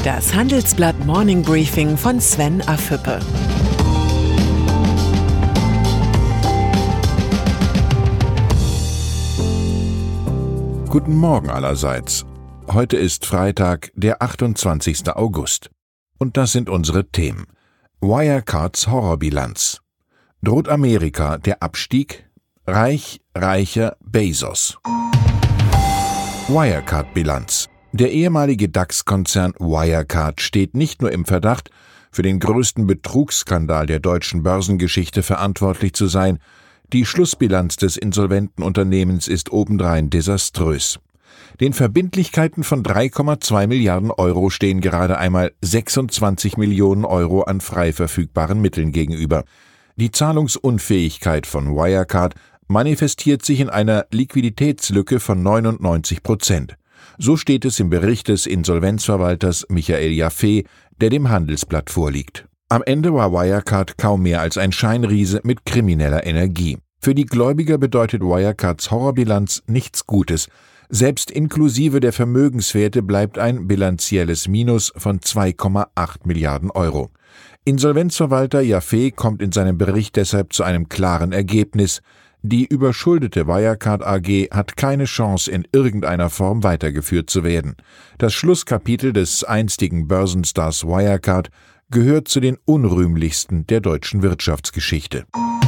Das Handelsblatt Morning Briefing von Sven Afüppe. Guten Morgen allerseits. Heute ist Freitag, der 28. August. Und das sind unsere Themen. Wirecards Horrorbilanz. Droht Amerika der Abstieg? Reich, reicher Bezos. Wirecard-Bilanz. Der ehemalige DAX-Konzern Wirecard steht nicht nur im Verdacht, für den größten Betrugsskandal der deutschen Börsengeschichte verantwortlich zu sein, die Schlussbilanz des insolventen Unternehmens ist obendrein desaströs. Den Verbindlichkeiten von 3,2 Milliarden Euro stehen gerade einmal 26 Millionen Euro an frei verfügbaren Mitteln gegenüber. Die Zahlungsunfähigkeit von Wirecard manifestiert sich in einer Liquiditätslücke von 99%. So steht es im Bericht des Insolvenzverwalters Michael Jaffe, der dem Handelsblatt vorliegt. Am Ende war Wirecard kaum mehr als ein Scheinriese mit krimineller Energie. Für die Gläubiger bedeutet Wirecards Horrorbilanz nichts Gutes. Selbst inklusive der Vermögenswerte bleibt ein bilanzielles Minus von 2,8 Milliarden Euro. Insolvenzverwalter Jaffe kommt in seinem Bericht deshalb zu einem klaren Ergebnis: Die überschuldete Wirecard AG hat keine Chance, in irgendeiner Form weitergeführt zu werden. Das Schlusskapitel des einstigen Börsenstars Wirecard gehört zu den unrühmlichsten der deutschen Wirtschaftsgeschichte.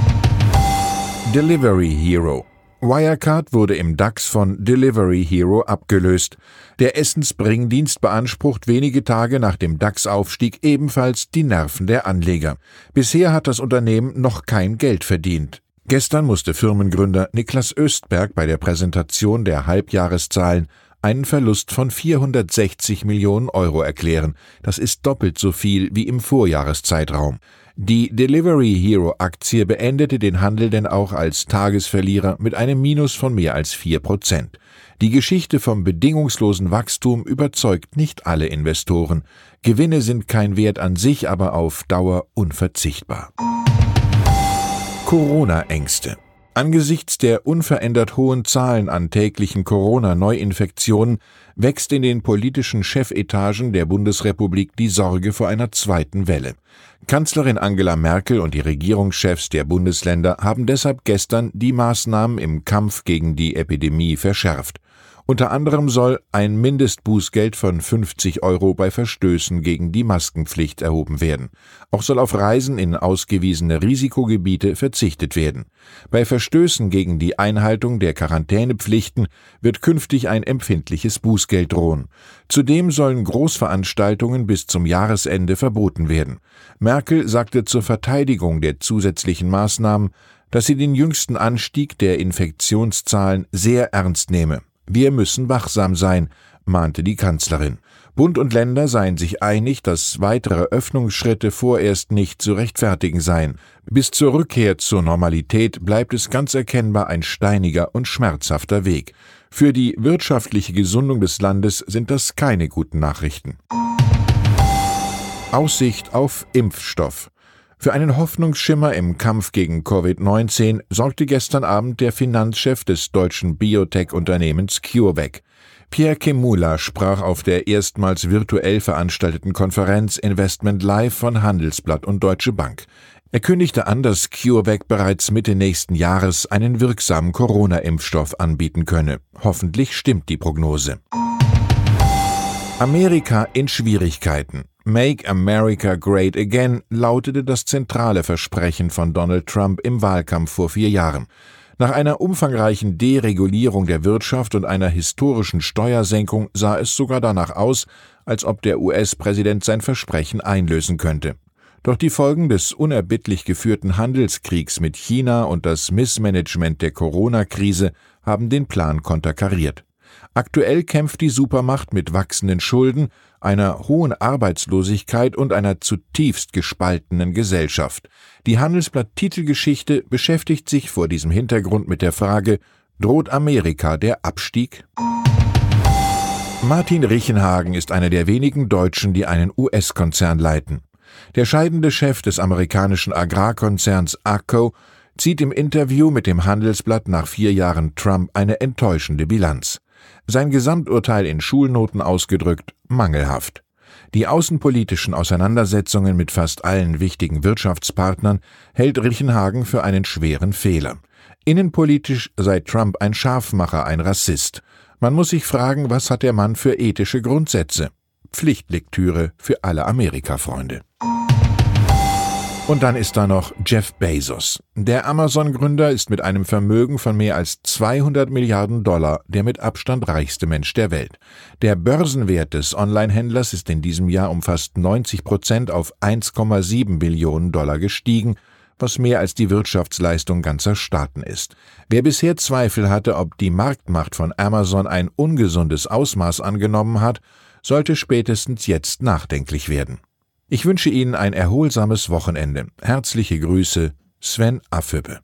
Delivery Hero. Wirecard wurde im DAX von Delivery Hero abgelöst. Der Essensbringdienst beansprucht wenige Tage nach dem DAX-Aufstieg ebenfalls die Nerven der Anleger. Bisher hat das Unternehmen noch kein Geld verdient. Gestern musste Firmengründer Niklas Östberg bei der Präsentation der Halbjahreszahlen einen Verlust von 460 Millionen Euro erklären. Das ist doppelt so viel wie im Vorjahreszeitraum. Die Delivery Hero Aktie beendete den Handel denn auch als Tagesverlierer mit einem Minus von mehr als 4%. Die Geschichte vom bedingungslosen Wachstum überzeugt nicht alle Investoren. Gewinne sind kein Wert an sich, aber auf Dauer unverzichtbar. Corona-Ängste. Angesichts der unverändert hohen Zahlen an täglichen Corona-Neuinfektionen wächst in den politischen Chefetagen der Bundesrepublik die Sorge vor einer zweiten Welle. Kanzlerin Angela Merkel und die Regierungschefs der Bundesländer haben deshalb gestern die Maßnahmen im Kampf gegen die Epidemie verschärft. Unter anderem soll ein Mindestbußgeld von 50 Euro bei Verstößen gegen die Maskenpflicht erhoben werden. Auch soll auf Reisen in ausgewiesene Risikogebiete verzichtet werden. Bei Verstößen gegen die Einhaltung der Quarantänepflichten wird künftig ein empfindliches Bußgeld drohen. Zudem sollen Großveranstaltungen bis zum Jahresende verboten werden. Merkel sagte zur Verteidigung der zusätzlichen Maßnahmen, dass sie den jüngsten Anstieg der Infektionszahlen sehr ernst nehme. Wir müssen wachsam sein, mahnte die Kanzlerin. Bund und Länder seien sich einig, dass weitere Öffnungsschritte vorerst nicht zu rechtfertigen seien. Bis zur Rückkehr zur Normalität bleibt es ganz erkennbar ein steiniger und schmerzhafter Weg. Für die wirtschaftliche Gesundung des Landes sind das keine guten Nachrichten. Aussicht auf Impfstoff. Für einen Hoffnungsschimmer im Kampf gegen Covid-19 sorgte gestern Abend der Finanzchef des deutschen Biotech-Unternehmens CureVac. Pierre Kemula sprach auf der erstmals virtuell veranstalteten Konferenz Investment Live von Handelsblatt und Deutsche Bank. Er kündigte an, dass CureVac bereits Mitte nächsten Jahres einen wirksamen Corona-Impfstoff anbieten könne. Hoffentlich stimmt die Prognose. Amerika in Schwierigkeiten. Make America Great Again lautete das zentrale Versprechen von Donald Trump im Wahlkampf vor 4 Jahren. Nach einer umfangreichen Deregulierung der Wirtschaft und einer historischen Steuersenkung sah es sogar danach aus, als ob der US-Präsident sein Versprechen einlösen könnte. Doch die Folgen des unerbittlich geführten Handelskriegs mit China und das Missmanagement der Corona-Krise haben den Plan konterkariert. Aktuell kämpft die Supermacht mit wachsenden Schulden, einer hohen Arbeitslosigkeit und einer zutiefst gespaltenen Gesellschaft. Die Handelsblatt-Titelgeschichte beschäftigt sich vor diesem Hintergrund mit der Frage: Droht Amerika der Abstieg? Martin Richenhagen ist einer der wenigen Deutschen, die einen US-Konzern leiten. Der scheidende Chef des amerikanischen Agrarkonzerns AGCO zieht im Interview mit dem Handelsblatt nach 4 Jahren Trump eine enttäuschende Bilanz. Sein Gesamturteil in Schulnoten ausgedrückt: mangelhaft. Die außenpolitischen Auseinandersetzungen mit fast allen wichtigen Wirtschaftspartnern hält Riechenhagen für einen schweren Fehler. Innenpolitisch sei Trump ein Scharfmacher, ein Rassist. Man muss sich fragen, was hat der Mann für ethische Grundsätze? Pflichtlektüre für alle Amerika-Freunde. Und dann ist da noch Jeff Bezos. Der Amazon-Gründer ist mit einem Vermögen von mehr als 200 Milliarden Dollar der mit Abstand reichste Mensch der Welt. Der Börsenwert des Online-Händlers ist in diesem Jahr um fast 90% auf 1,7 Billionen Dollar gestiegen, was mehr als die Wirtschaftsleistung ganzer Staaten ist. Wer bisher Zweifel hatte, ob die Marktmacht von Amazon ein ungesundes Ausmaß angenommen hat, sollte spätestens jetzt nachdenklich werden. Ich wünsche Ihnen ein erholsames Wochenende. Herzliche Grüße, Sven Affüppe.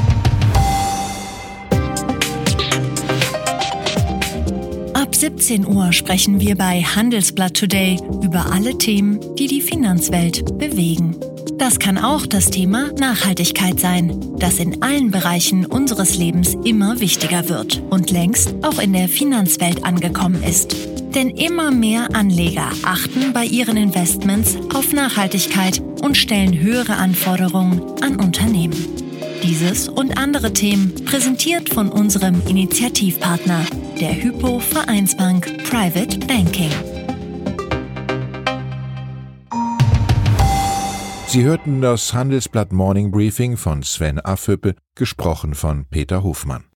Ab 17 Uhr sprechen wir bei Handelsblatt Today über alle Themen, die die Finanzwelt bewegen. Das kann auch das Thema Nachhaltigkeit sein, das in allen Bereichen unseres Lebens immer wichtiger wird und längst auch in der Finanzwelt angekommen ist. Denn immer mehr Anleger achten bei ihren Investments auf Nachhaltigkeit und stellen höhere Anforderungen an Unternehmen. Dieses und andere Themen präsentiert von unserem Initiativpartner, der Hypo Vereinsbank Private Banking. Sie hörten das Handelsblatt Morning Briefing von Sven Affüppe, gesprochen von Peter Hofmann.